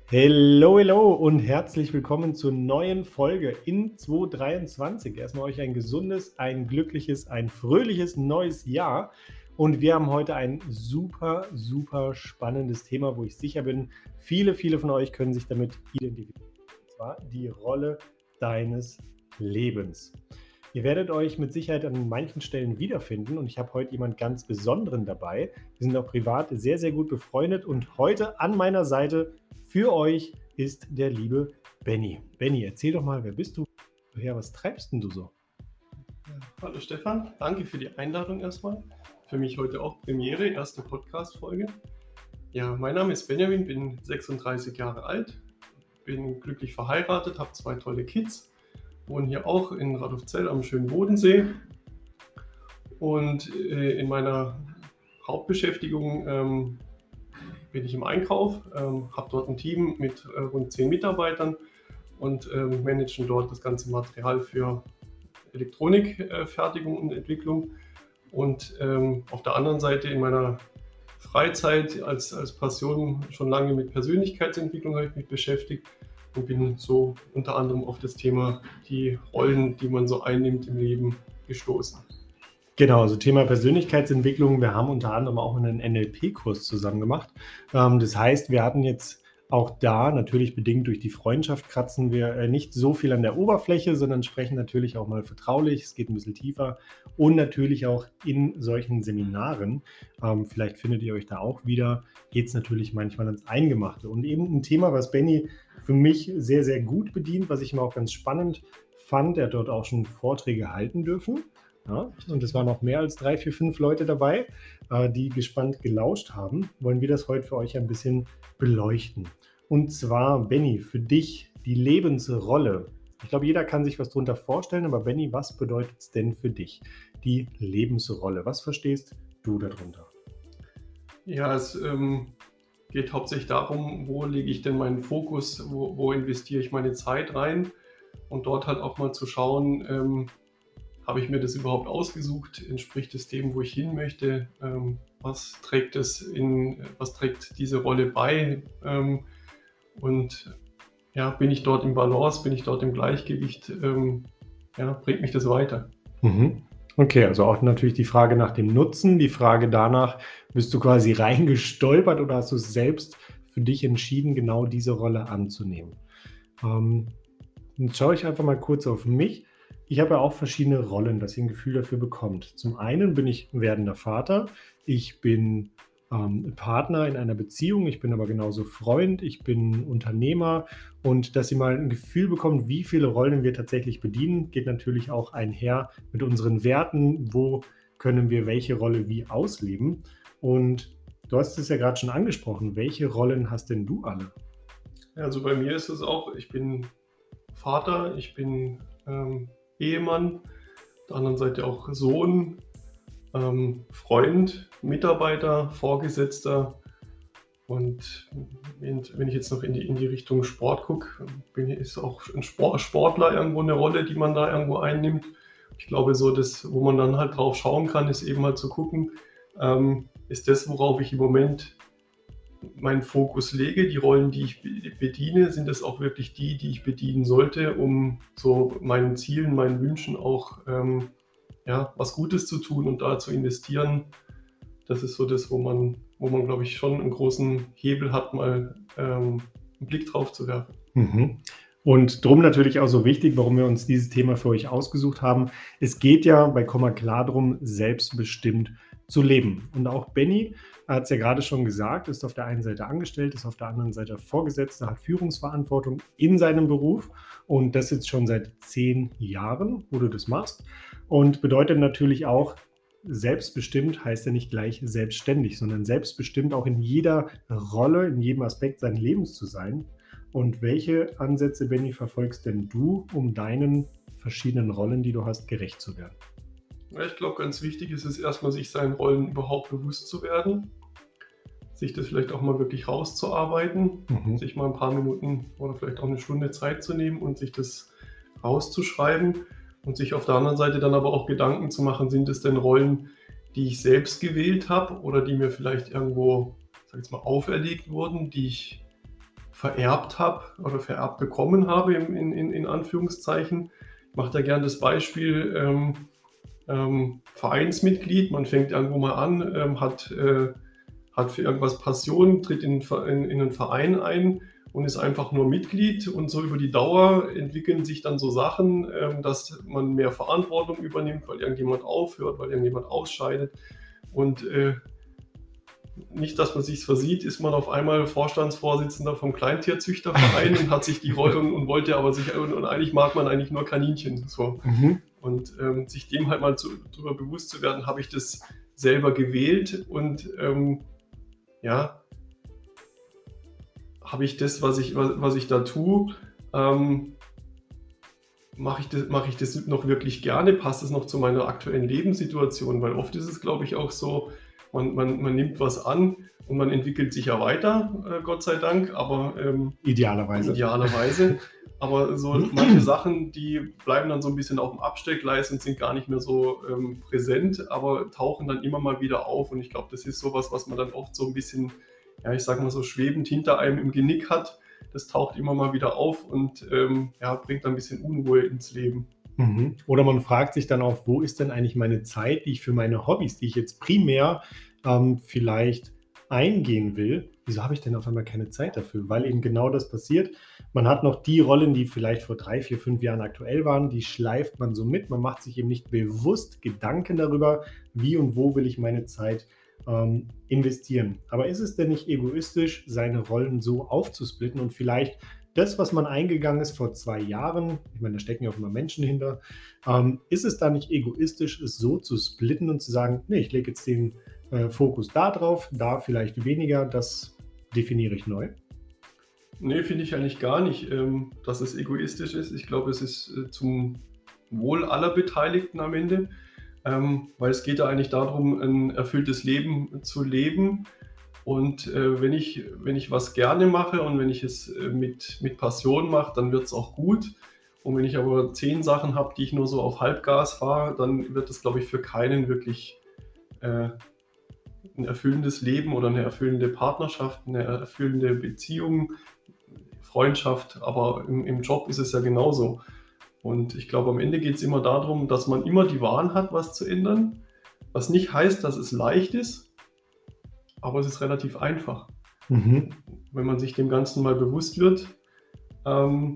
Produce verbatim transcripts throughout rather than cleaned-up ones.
Hello, hello und herzlich willkommen zur neuen Folge in zwanzig dreiundzwanzig. Erstmal euch ein gesundes, ein glückliches, ein fröhliches neues Jahr. Und wir haben heute ein super, super spannendes Thema, wo ich sicher bin, viele, viele von euch können sich damit identifizieren. Und zwar die Rolle deines Lebens. Ihr werdet euch mit Sicherheit an manchen Stellen wiederfinden und ich habe heute jemand ganz Besonderen dabei. Wir sind auch privat sehr, sehr gut befreundet und heute an meiner Seite für euch ist der liebe Benny. Benny, erzähl doch mal, wer bist du? Woher, was treibst denn du so? Ja, hallo Stefan, danke für die Einladung erstmal. Für mich heute auch Premiere, erste Podcast-Folge. Ja, mein Name ist Benjamin, bin sechsunddreißig Jahre alt, bin glücklich verheiratet, habe zwei tolle Kids, wohne hier auch in Radolfzell am schönen Bodensee und äh, in meiner Hauptbeschäftigung ähm, bin ich im Einkauf, ähm, habe dort ein Team mit äh, rund zehn Mitarbeitern und ähm, managen dort das ganze Material für Elektronikfertigung äh, und Entwicklung. Und ähm, auf der anderen Seite in meiner Freizeit als, als Passion schon lange mit Persönlichkeitsentwicklung habe ich mich beschäftigt und bin so unter anderem auf das Thema die Rollen, die man so einnimmt im Leben, gestoßen. Genau, also Thema Persönlichkeitsentwicklung. Wir haben unter anderem auch einen N L P-Kurs zusammen gemacht. Ähm, das heißt, wir hatten jetzt auch da, natürlich bedingt durch die Freundschaft, kratzen wir äh, nicht so viel an der Oberfläche, sondern sprechen natürlich auch mal vertraulich. Es geht ein bisschen tiefer und natürlich auch in solchen Seminaren, ähm, vielleicht findet ihr euch da auch wieder, geht es natürlich manchmal ans Eingemachte. Und eben ein Thema, was Benny für mich sehr, sehr gut bedient, was ich immer auch ganz spannend fand. Er hat dort auch schon Vorträge halten dürfen. Ja, und es waren auch mehr als drei, vier, fünf Leute dabei, äh, die gespannt gelauscht haben. Wollen wir das heute für euch ein bisschen beleuchten. Und zwar, Benny, für dich die Lebensrolle. Ich glaube, jeder kann sich was darunter vorstellen, aber Benny, was bedeutet es denn für dich, die Lebensrolle? Was verstehst du darunter? Ja, es ähm, geht hauptsächlich darum, wo lege ich denn meinen Fokus, wo, wo investiere ich meine Zeit rein und dort halt auch mal zu schauen, ähm, habe ich mir das überhaupt ausgesucht? Entspricht es dem, wo ich hin möchte? Ähm, was trägt es in, was trägt diese Rolle bei? Ähm, und ja, bin ich dort im Balance? Bin ich dort im Gleichgewicht? Ähm, ja, bringt mich das weiter? Mhm. Okay, also auch natürlich die Frage nach dem Nutzen, die Frage danach, bist du quasi reingestolpert oder hast du es selbst für dich entschieden, genau diese Rolle anzunehmen? Ähm, jetzt schaue ich einfach mal kurz auf mich. Ich habe ja auch verschiedene Rollen, dass ihr ein Gefühl dafür bekommt. Zum einen bin ich werdender Vater, ich bin ähm, Partner in einer Beziehung, ich bin aber genauso Freund, ich bin Unternehmer und dass ihr mal ein Gefühl bekommt, wie viele Rollen wir tatsächlich bedienen, geht natürlich auch einher mit unseren Werten, wo können wir welche Rolle wie ausleben. Und du hast es ja gerade schon angesprochen, welche Rollen hast denn du alle? Also bei mir ist es auch, ich bin Vater, ich bin ähm, Ehemann, auf der anderen Seite auch Sohn, ähm, Freund, Mitarbeiter, Vorgesetzter. Und wenn ich jetzt noch in die, in die Richtung Sport gucke, bin, ist auch ein Sport, Sportler irgendwo eine Rolle, die man da irgendwo einnimmt. Ich glaube, so das, wo man dann halt drauf schauen kann, ist eben halt zu gucken, ähm, ist das, worauf ich im Moment meinen Fokus lege, die Rollen, die ich bediene, sind das auch wirklich die, die ich bedienen sollte, um so meinen Zielen, meinen Wünschen auch ähm, ja, was Gutes zu tun und da zu investieren. Das ist so das, wo man, wo man, glaube ich, schon einen großen Hebel hat, mal ähm, einen Blick drauf zu werfen. Mhm. Und drum natürlich auch so wichtig, warum wir uns dieses Thema für euch ausgesucht haben. Es geht ja bei Komma klar drum, selbstbestimmt zu leben. Und auch Benny hat es ja gerade schon gesagt, ist auf der einen Seite angestellt, ist auf der anderen Seite Vorgesetzter, hat Führungsverantwortung in seinem Beruf und das jetzt schon seit zehn Jahren, wo du das machst. Und bedeutet natürlich auch, selbstbestimmt heißt ja nicht gleich selbstständig, sondern selbstbestimmt auch in jeder Rolle, in jedem Aspekt seines Lebens zu sein. Und welche Ansätze, Benny, verfolgst denn du, um deinen verschiedenen Rollen, die du hast, gerecht zu werden? Ja, ich glaube, ganz wichtig ist es erstmal, sich seinen Rollen überhaupt bewusst zu werden, sich das vielleicht auch mal wirklich rauszuarbeiten, Mhm. sich mal ein paar Minuten oder vielleicht auch eine Stunde Zeit zu nehmen und sich das rauszuschreiben und sich auf der anderen Seite dann aber auch Gedanken zu machen, sind es denn Rollen, die ich selbst gewählt habe oder die mir vielleicht irgendwo, sag ich jetzt mal, auferlegt wurden, die ich vererbt habe oder vererbt bekommen habe, in, in, in Anführungszeichen. Ich mache da gerne das Beispiel, ähm, ähm, Vereinsmitglied, man fängt irgendwo mal an, ähm, hat, äh, hat für irgendwas Passion, tritt in, in, in einen Verein ein und ist einfach nur Mitglied, und so über die Dauer entwickeln sich dann so Sachen, ähm, dass man mehr Verantwortung übernimmt, weil irgendjemand aufhört, weil irgendjemand ausscheidet, und äh, nicht, dass man sich's versieht, ist man auf einmal Vorstandsvorsitzender vom Kleintierzüchterverein und hat sich die Rolle und, und wollte aber sich, und, und eigentlich mag man eigentlich nur Kaninchen. So. Mhm. Und ähm, sich dem halt mal zu, darüber bewusst zu werden, habe ich das selber gewählt, und ähm, ja, habe ich das, was ich, was, was ich da tue, ähm, mache ich, das, mach ich das noch wirklich gerne, passt es noch zu meiner aktuellen Lebenssituation, weil oft ist es, glaube ich, auch so, man, man, man nimmt was an und man entwickelt sich ja weiter, äh, Gott sei Dank, aber ähm, Idealerweise. idealerweise. Aber so manche Sachen, die bleiben dann so ein bisschen auf dem Abstellgleis und sind gar nicht mehr so ähm, präsent, aber tauchen dann immer mal wieder auf. Und ich glaube, das ist sowas, was man dann oft so ein bisschen, ja, ich sag mal so schwebend hinter einem im Genick hat. Das taucht immer mal wieder auf und ähm, ja, bringt dann ein bisschen Unruhe ins Leben. Mhm. Oder man fragt sich dann auch, wo ist denn eigentlich meine Zeit, die ich für meine Hobbys, die ich jetzt primär ähm, vielleicht eingehen will, wieso habe ich denn auf einmal keine Zeit dafür? Weil eben genau das passiert. Man hat noch die Rollen, die vielleicht vor drei, vier, fünf Jahren aktuell waren, die schleift man so mit. Man macht sich eben nicht bewusst Gedanken darüber, wie und wo will ich meine Zeit ähm, investieren. Aber ist es denn nicht egoistisch, seine Rollen so aufzusplitten und vielleicht das, was man eingegangen ist vor zwei Jahren, ich meine, da stecken ja auch immer Menschen hinter, ähm, ist es da nicht egoistisch, es so zu splitten und zu sagen, nee, ich lege jetzt den äh, Fokus da drauf, da vielleicht weniger, das definiere ich neu? Nee, finde ich eigentlich gar nicht, ähm, dass es egoistisch ist. Ich glaube, es ist äh, zum Wohl aller Beteiligten am Ende, ähm, weil es geht ja eigentlich darum, ein erfülltes Leben zu leben. Und äh, wenn ich, wenn ich was gerne mache und wenn ich es äh, mit, mit Passion mache, dann wird es auch gut. Und wenn ich aber zehn Sachen habe, die ich nur so auf Halbgas fahre, dann wird es, glaube ich, für keinen wirklich äh, ein erfüllendes Leben oder eine erfüllende Partnerschaft, eine erfüllende Beziehung, Freundschaft. Aber im, im Job ist es ja genauso. Und ich glaube, am Ende geht es immer darum, dass man immer die Wahl hat, was zu ändern. Was nicht heißt, dass es leicht ist, aber es ist relativ einfach. Mhm. Wenn man sich dem Ganzen mal bewusst wird ähm,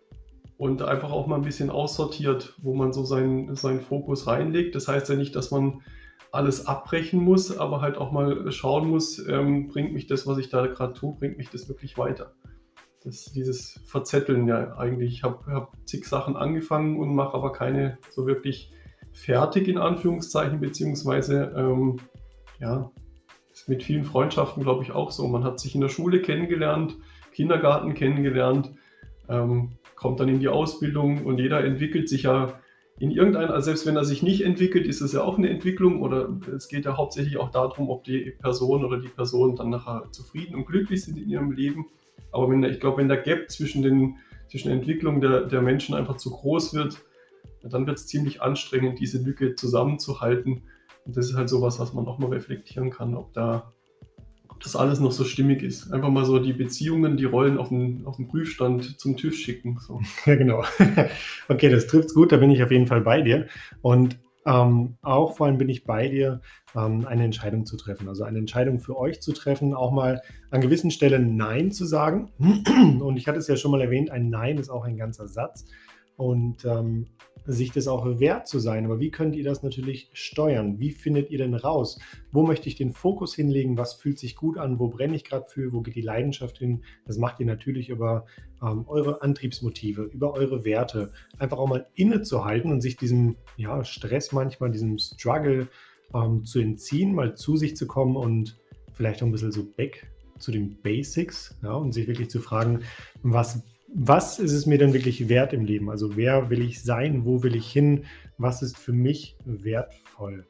und einfach auch mal ein bisschen aussortiert, wo man so seinen, seinen Fokus reinlegt. Das heißt ja nicht, dass man alles abbrechen muss, aber halt auch mal schauen muss, ähm, bringt mich das, was ich da gerade tue, bringt mich das wirklich weiter. Das, dieses Verzetteln ja eigentlich. Ich habe hab zig Sachen angefangen und mache aber keine so wirklich fertig, in Anführungszeichen, beziehungsweise ähm, ja, ist mit vielen Freundschaften, glaube ich, auch so. Man hat sich in der Schule kennengelernt, Kindergarten kennengelernt, ähm, kommt dann in die Ausbildung und jeder entwickelt sich ja in irgendeiner, also selbst wenn er sich nicht entwickelt, ist es ja auch eine Entwicklung, oder es geht ja hauptsächlich auch darum, ob die Person oder die Person dann nachher zufrieden und glücklich sind in ihrem Leben. Aber wenn der, ich glaube, wenn der Gap zwischen, den, zwischen der Entwicklung der, der Menschen einfach zu groß wird, dann wird es ziemlich anstrengend, diese Lücke zusammenzuhalten. Und das ist halt sowas, was man auch mal reflektieren kann, ob da ob das alles noch so stimmig ist. Einfach mal so die Beziehungen, die Rollen auf den, auf den Prüfstand zum TÜV schicken. So. Ja, genau. Okay, das trifft's gut, da bin ich auf jeden Fall bei dir. Und ähm, auch vor allem bin ich bei dir, ähm, eine Entscheidung zu treffen. Also eine Entscheidung für euch zu treffen, auch mal an gewissen Stellen Nein zu sagen. Und ich hatte es ja schon mal erwähnt, ein Nein ist auch ein ganzer Satz. Und ähm, sich das auch wert zu sein. Aber wie könnt ihr das natürlich steuern? Wie findet ihr denn raus? Wo möchte ich den Fokus hinlegen? Was fühlt sich gut an? Wo brenne ich gerade für? Wo geht die Leidenschaft hin? Das macht ihr natürlich über ähm, eure Antriebsmotive, über eure Werte. Einfach auch mal innezuhalten und sich diesem ja, Stress manchmal, diesem Struggle ähm, zu entziehen, mal zu sich zu kommen und vielleicht auch ein bisschen so back zu den Basics, ja, und sich wirklich zu fragen, was Was ist es mir denn wirklich wert im Leben? Also wer will ich sein? Wo will ich hin? Was ist für mich wertvoll?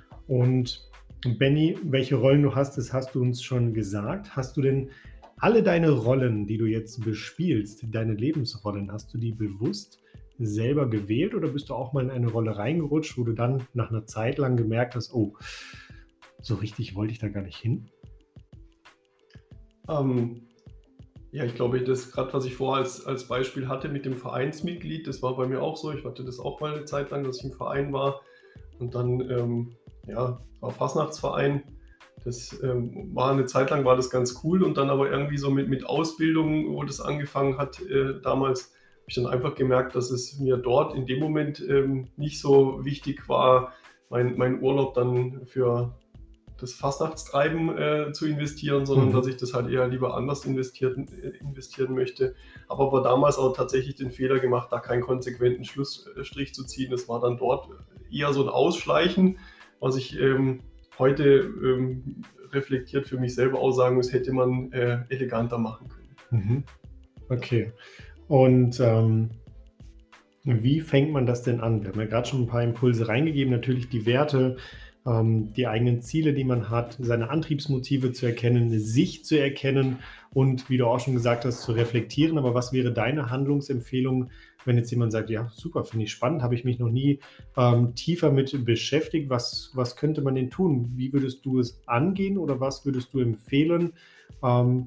Und Benny, welche Rollen du hast, das hast du uns schon gesagt. Hast du denn alle deine Rollen, die du jetzt bespielst, deine Lebensrollen, hast du die bewusst selber gewählt oder bist du auch mal in eine Rolle reingerutscht, wo du dann nach einer Zeit lang gemerkt hast, oh, so richtig wollte ich da gar nicht hin? Ähm, Ja, ich glaube, das gerade, was ich vorher als als Beispiel hatte mit dem Vereinsmitglied, das war bei mir auch so. Ich hatte das auch mal eine Zeit lang, dass ich im Verein war und dann, ähm, ja, war Fastnachtsverein. Das, ähm, war eine Zeit lang war das ganz cool und dann aber irgendwie so mit mit Ausbildung, wo das angefangen hat, äh, damals, habe ich dann einfach gemerkt, dass es mir dort in dem Moment, ähm, nicht so wichtig war, mein mein Urlaub dann für das Fastnachtstreiben äh, zu investieren, sondern dass Mhm. ich das halt eher lieber anders investieren, äh, investieren möchte. Habe aber damals auch tatsächlich den Fehler gemacht, da keinen konsequenten Schlussstrich zu ziehen. Das war dann dort eher so ein Ausschleichen, was ich ähm, heute ähm, reflektiert für mich selber auch sagen muss, hätte man äh, eleganter machen können. Mhm. Okay. Und ähm, wie fängt man das denn an? Wir haben ja gerade schon ein paar Impulse reingegeben, natürlich die Werte, ähm, die eigenen Ziele, die man hat, seine Antriebsmotive zu erkennen, sich zu erkennen und, wie du auch schon gesagt hast, zu reflektieren. Aber was wäre deine Handlungsempfehlung, wenn jetzt jemand sagt: „Ja, super, finde ich spannend, habe ich mich noch nie, ähm, tiefer mit beschäftigt. Was was könnte man denn tun?“ Wie würdest du es angehen oder was würdest du empfehlen, ähm,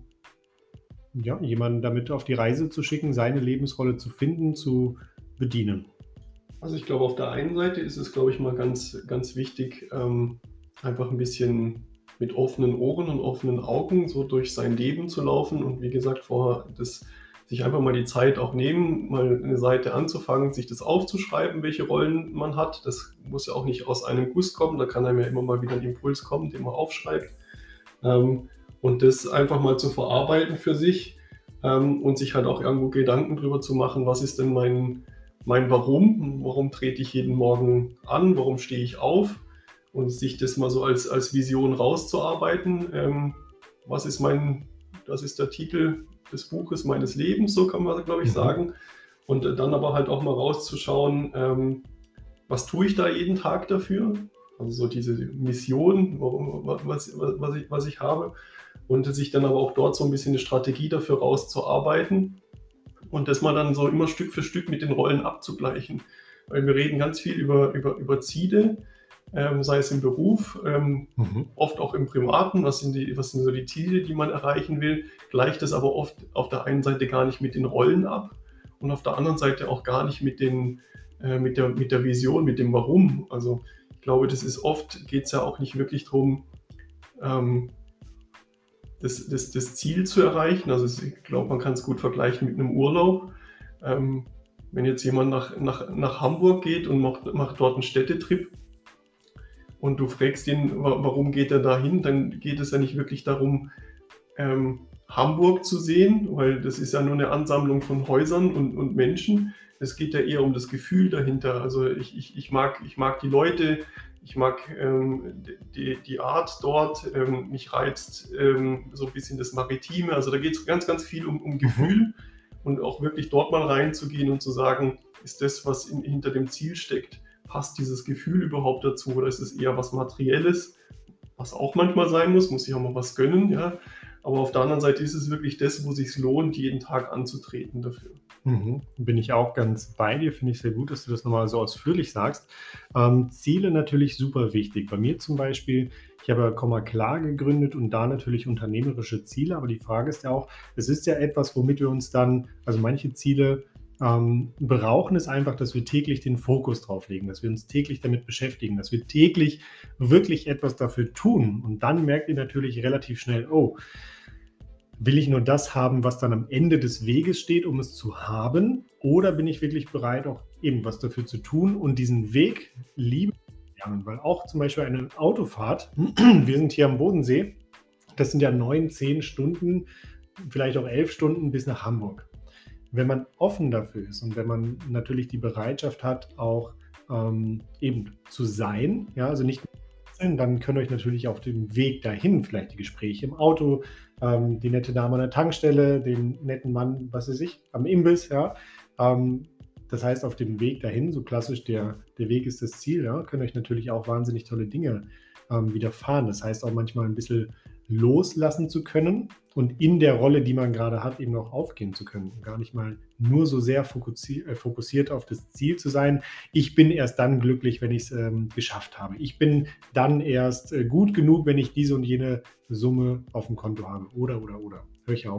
ja, jemanden damit auf die Reise zu schicken, seine Lebensrolle zu finden, zu bedienen? Also ich glaube, auf der einen Seite ist es, glaube ich, mal ganz, ganz wichtig, ähm, einfach ein bisschen mit offenen Ohren und offenen Augen so durch sein Leben zu laufen und wie gesagt vorher, das, sich einfach mal die Zeit auch nehmen, mal eine Seite anzufangen, sich das aufzuschreiben, welche Rollen man hat. Das muss ja auch nicht aus einem Guss kommen, da kann einem ja immer mal wieder ein Impuls kommen, den man aufschreibt. Ähm, und das einfach mal zu verarbeiten für sich ähm, und sich halt auch irgendwo Gedanken drüber zu machen, was ist denn mein, mein Warum? Warum trete ich jeden Morgen an? Warum stehe ich auf? Und sich das mal so als, als Vision rauszuarbeiten. Ähm, was ist mein, das ist der Titel des Buches meines Lebens, so kann man, glaube ich, Mhm, sagen. Und äh, dann aber halt auch mal rauszuschauen, ähm, was tue ich da jeden Tag dafür? Also so diese Mission, warum, was, was, ich, was ich habe. Und sich dann aber auch dort so ein bisschen eine Strategie dafür rauszuarbeiten und das mal dann so immer Stück für Stück mit den Rollen abzugleichen. Weil wir reden ganz viel über, über, über Ziele, ähm, sei es im Beruf, ähm, mhm, oft auch im Privaten, was sind, die, was sind so die Ziele, die man erreichen will, gleicht es aber oft auf der einen Seite gar nicht mit den Rollen ab und auf der anderen Seite auch gar nicht mit, den, äh, mit, der, mit der Vision, mit dem Warum. Also ich glaube, das ist oft, geht es ja auch nicht wirklich darum, ähm, das, das, das Ziel zu erreichen. Also ich glaube, man kann es gut vergleichen mit einem Urlaub. Ähm, wenn jetzt jemand nach, nach, nach Hamburg geht und macht, macht dort einen Städtetrip und du fragst ihn, warum geht er da hin, dann geht es ja nicht wirklich darum, ähm, Hamburg zu sehen, weil das ist ja nur eine Ansammlung von Häusern und, und Menschen. Es geht ja eher um das Gefühl dahinter. Also ich, ich, ich, mag, ich mag die Leute, ich mag ähm, die, die Art dort, ähm, mich reizt ähm, so ein bisschen das Maritime. Also da geht es ganz, ganz viel um, um mhm, Gefühl und auch wirklich dort mal reinzugehen und zu sagen, ist das, was in, hinter dem Ziel steckt, passt dieses Gefühl überhaupt dazu oder ist es eher was Materielles, was auch manchmal sein muss, muss ich auch mal was gönnen, ja. Aber auf der anderen Seite ist es wirklich das, wo es sich lohnt, jeden Tag anzutreten dafür. mhm. Bin ich auch ganz bei dir. Finde ich sehr gut, dass du das nochmal so ausführlich sagst. Ähm, Ziele natürlich super wichtig. Bei mir zum Beispiel, ich habe ja Komma klar gegründet und da natürlich unternehmerische Ziele. Aber die Frage ist ja auch, es ist ja etwas, womit wir uns dann, also manche Ziele ähm, brauchen es einfach, dass wir täglich den Fokus drauf legen, dass wir uns täglich damit beschäftigen, dass wir täglich wirklich etwas dafür tun. Und dann merkt ihr natürlich relativ schnell, oh, will ich nur das haben, was dann am Ende des Weges steht, um es zu haben? Oder bin ich wirklich bereit, auch eben was dafür zu tun und diesen Weg liebe zu lernen? Weil auch zum Beispiel eine Autofahrt, wir sind hier am Bodensee, das sind ja neun, zehn Stunden, vielleicht auch elf Stunden bis nach Hamburg. Wenn man offen dafür ist und wenn man natürlich die Bereitschaft hat, auch ähm, eben zu sein, ja, also nicht dann könnt ihr euch natürlich auf dem Weg dahin vielleicht die Gespräche im Auto, ähm, die nette Dame an der Tankstelle, den netten Mann, was weiß ich, am Imbiss, ja. Ähm, das heißt, auf dem Weg dahin, so klassisch der, der Weg ist das Ziel, ja, können euch natürlich auch wahnsinnig tolle Dinge ähm, widerfahren. Das heißt auch manchmal ein bisschen loslassen zu können und in der Rolle, die man gerade hat, eben auch aufgehen zu können. Und gar nicht mal nur so sehr fokussiert, äh, fokussiert auf das Ziel zu sein. Ich bin erst dann glücklich, wenn ich es ähm, geschafft habe. Ich bin dann erst äh, gut genug, wenn ich diese und jene Summe auf dem Konto habe. Oder, oder, oder. Höre ich ja auch oft.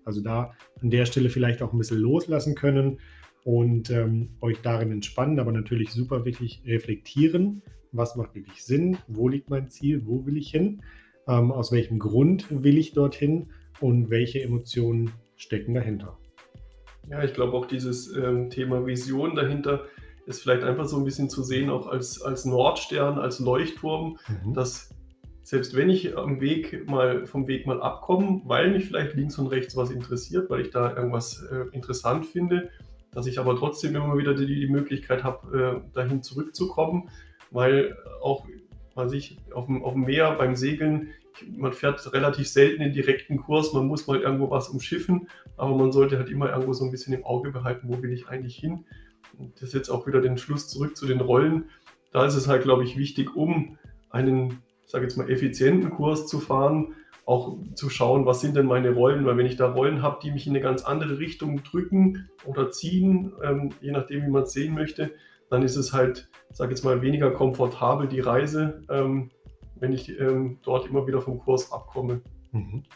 Also da an der Stelle vielleicht auch ein bisschen loslassen können und ähm, euch darin entspannen, aber natürlich super wichtig reflektieren, was macht wirklich Sinn, wo liegt mein Ziel, wo will ich hin, ähm, aus welchem Grund will ich dorthin und welche Emotionen stecken dahinter. Ja, ich glaube auch dieses ähm, Thema Vision dahinter ist vielleicht einfach so ein bisschen zu sehen, auch als, als Nordstern, als Leuchtturm, Mhm. dass selbst wenn ich am Weg mal vom Weg mal abkomme, weil mich vielleicht links und rechts was interessiert, weil ich da irgendwas äh, interessant finde, dass ich aber trotzdem immer wieder die, die Möglichkeit habe, äh, dahin zurückzukommen, weil auch, weiß ich, auf dem, auf dem Meer beim Segeln, man fährt relativ selten den direkten Kurs, man muss mal irgendwo was umschiffen, aber man sollte halt immer irgendwo so ein bisschen im Auge behalten, wo will ich eigentlich hin. Und das ist jetzt auch wieder den Schluss zurück zu den Rollen. Da ist es halt, glaube ich, wichtig, um einen, ich sage jetzt mal, effizienten Kurs zu fahren, auch zu schauen, was sind denn meine Rollen, weil wenn ich da Rollen habe, die mich in eine ganz andere Richtung drücken oder ziehen, ähm, je nachdem, wie man es sehen möchte, dann ist es halt, ich sage jetzt mal, weniger komfortabel, die Reise, ähm, wenn ich ähm, dort immer wieder vom Kurs abkomme. Mhm.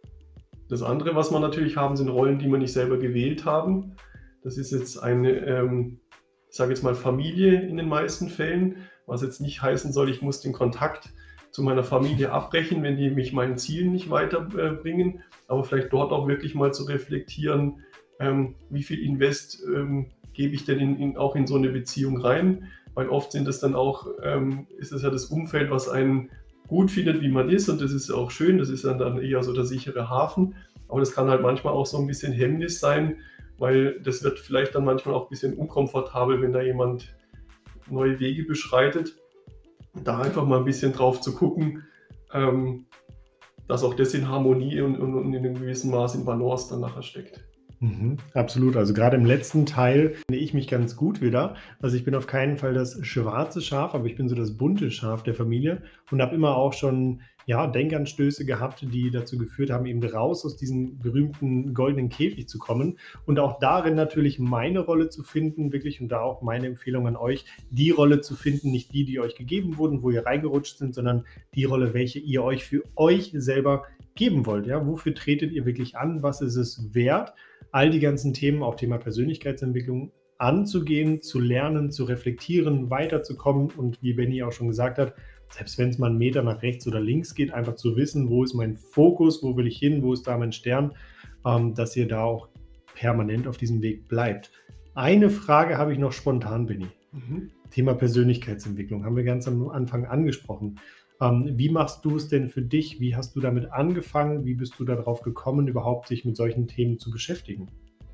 Das andere, was wir natürlich haben, sind Rollen, die wir nicht selber gewählt haben. Das ist jetzt eine, ähm, ich sage jetzt mal, Familie in den meisten Fällen, was jetzt nicht heißen soll, ich muss den Kontakt zu meiner Familie abbrechen, wenn die mich meinen Zielen nicht weiterbringen, aber vielleicht dort auch wirklich mal zu reflektieren, ähm, wie viel Invest ähm, gebe ich denn in, in, auch in so eine Beziehung rein, weil oft sind es dann auch, ähm, ist es ja das Umfeld, was einen gut findet, wie man ist, und das ist auch schön, das ist dann, dann eher so der sichere Hafen, aber das kann halt manchmal auch so ein bisschen Hemmnis sein, weil das wird vielleicht dann manchmal auch ein bisschen unkomfortabel, wenn da jemand neue Wege beschreitet. Da einfach mal ein bisschen drauf zu gucken, ähm, dass auch das in Harmonie und, und, und in einem gewissen Maß in Balance dann nachher steckt. Mhm, absolut. Also gerade im letzten Teil finde ich mich ganz gut wieder. Also ich bin auf keinen Fall das schwarze Schaf, aber ich bin so das bunte Schaf der Familie und habe immer auch schon ja, Denkanstöße gehabt, die dazu geführt haben, eben raus aus diesem berühmten goldenen Käfig zu kommen und auch darin natürlich meine Rolle zu finden, wirklich, und da auch meine Empfehlung an euch, die Rolle zu finden, nicht die, die euch gegeben wurden, wo ihr reingerutscht sind, sondern die Rolle, welche ihr euch für euch selber geben wollt. Ja? Wofür tretet ihr wirklich an? Was ist es wert? All die ganzen Themen, auch Thema Persönlichkeitsentwicklung, anzugehen, zu lernen, zu reflektieren, weiterzukommen und wie Benny auch schon gesagt hat, selbst wenn es mal einen Meter nach rechts oder links geht, einfach zu wissen, wo ist mein Fokus, wo will ich hin, wo ist da mein Stern, ähm, dass ihr da auch permanent auf diesem Weg bleibt. Eine Frage habe ich noch spontan, Benny. Mhm. Thema Persönlichkeitsentwicklung haben wir ganz am Anfang angesprochen. Ähm, wie machst du es denn für dich? Wie hast du damit angefangen? Wie bist du darauf gekommen, überhaupt sich mit solchen Themen zu beschäftigen?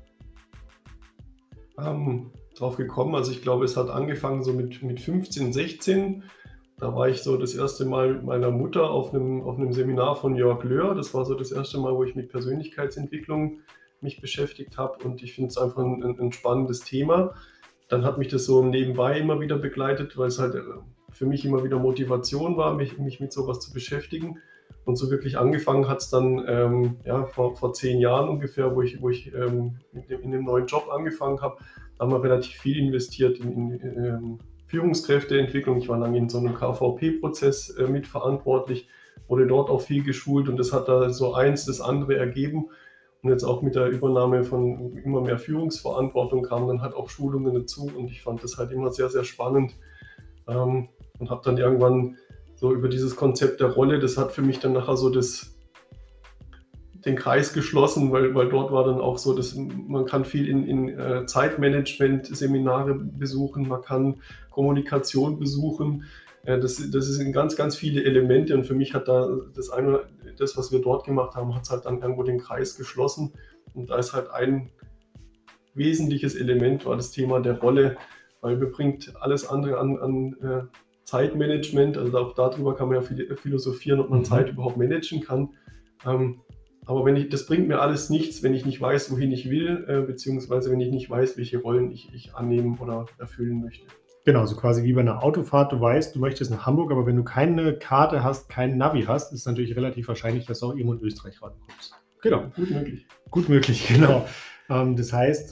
Ähm, drauf gekommen, also ich glaube, es hat angefangen so mit, mit fünfzehn, sechzehn. Da war ich so das erste Mal mit meiner Mutter auf einem, auf einem Seminar von Jörg Löhr. Das war so das erste Mal, wo ich mit Persönlichkeitsentwicklung mich beschäftigt habe, und ich finde es einfach ein, ein spannendes Thema. Dann hat mich das so nebenbei immer wieder begleitet, weil es halt für mich immer wieder Motivation war, mich, mich mit sowas zu beschäftigen. Und so wirklich angefangen hat es dann ähm, ja, vor, vor zehn Jahren ungefähr, wo ich, wo ich ähm, in, dem, in dem neuen Job angefangen habe. Da haben wir relativ viel investiert in, in, in ähm, Führungskräfteentwicklung. Ich war lange in so einem K V P-Prozess äh, mitverantwortlich, wurde dort auch viel geschult, und das hat da so eins das andere ergeben. Und jetzt auch mit der Übernahme von immer mehr Führungsverantwortung kamen dann halt auch Schulungen dazu, und ich fand das halt immer sehr, sehr spannend, ähm, und habe dann irgendwann so über dieses Konzept der Rolle, das hat für mich dann nachher so das, den Kreis geschlossen, weil, weil dort war dann auch so, dass man kann viel in, in äh, Zeitmanagement-Seminare besuchen, man kann Kommunikation besuchen. Äh, das, das sind ganz, ganz viele Elemente, und für mich hat da das eine, das, was wir dort gemacht haben, hat es halt dann irgendwo den Kreis geschlossen, und da ist halt ein wesentliches Element, war das Thema der Rolle, weil mir bringt alles andere an, an äh, Zeitmanagement, also auch darüber kann man ja philosophieren, ob man mhm. Zeit überhaupt managen kann. Ähm, aber wenn ich, das bringt mir alles nichts, wenn ich nicht weiß, wohin ich will, äh, beziehungsweise wenn ich nicht weiß, welche Rollen ich, ich annehmen oder erfüllen möchte. Genau, so quasi wie bei einer Autofahrt. Du weißt, du möchtest nach Hamburg, aber wenn du keine Karte hast, kein Navi hast, ist natürlich relativ wahrscheinlich, dass du auch irgendwo in Österreich rankommst. Genau. Gut möglich. Gut möglich, genau. Ähm, das heißt,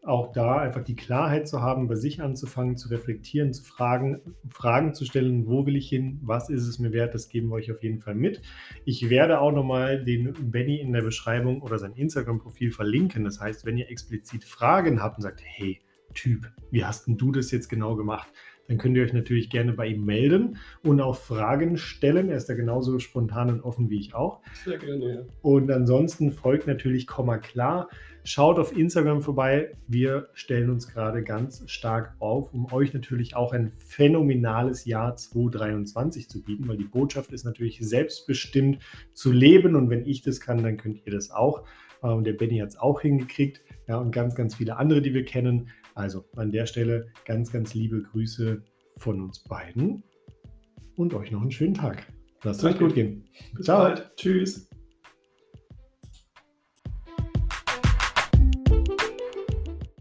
auch da einfach die Klarheit zu haben, bei sich anzufangen, zu reflektieren, zu fragen, Fragen zu stellen, wo will ich hin, was ist es mir wert, das geben wir euch auf jeden Fall mit. Ich werde auch nochmal den Benny in der Beschreibung oder sein Instagram-Profil verlinken. Das heißt, wenn ihr explizit Fragen habt und sagt, hey, Typ, wie hast denn du das jetzt genau gemacht? Dann könnt ihr euch natürlich gerne bei ihm melden und auch Fragen stellen. Er ist da genauso spontan und offen wie ich auch. Sehr gerne, ja. Und ansonsten folgt natürlich Komma klar. Schaut auf Instagram vorbei. Wir stellen uns gerade ganz stark auf, um euch natürlich auch ein phänomenales Jahr zwanzig dreiundzwanzig zu bieten, weil die Botschaft ist natürlich selbstbestimmt zu leben. Und wenn ich das kann, dann könnt ihr das auch. Und der Benny hat es auch hingekriegt. Ja, und ganz, ganz viele andere, die wir kennen. Also an der Stelle ganz, ganz liebe Grüße von uns beiden und euch noch einen schönen Tag. Lasst es euch gut gehen. Bis Ciao. bald. Tschüss.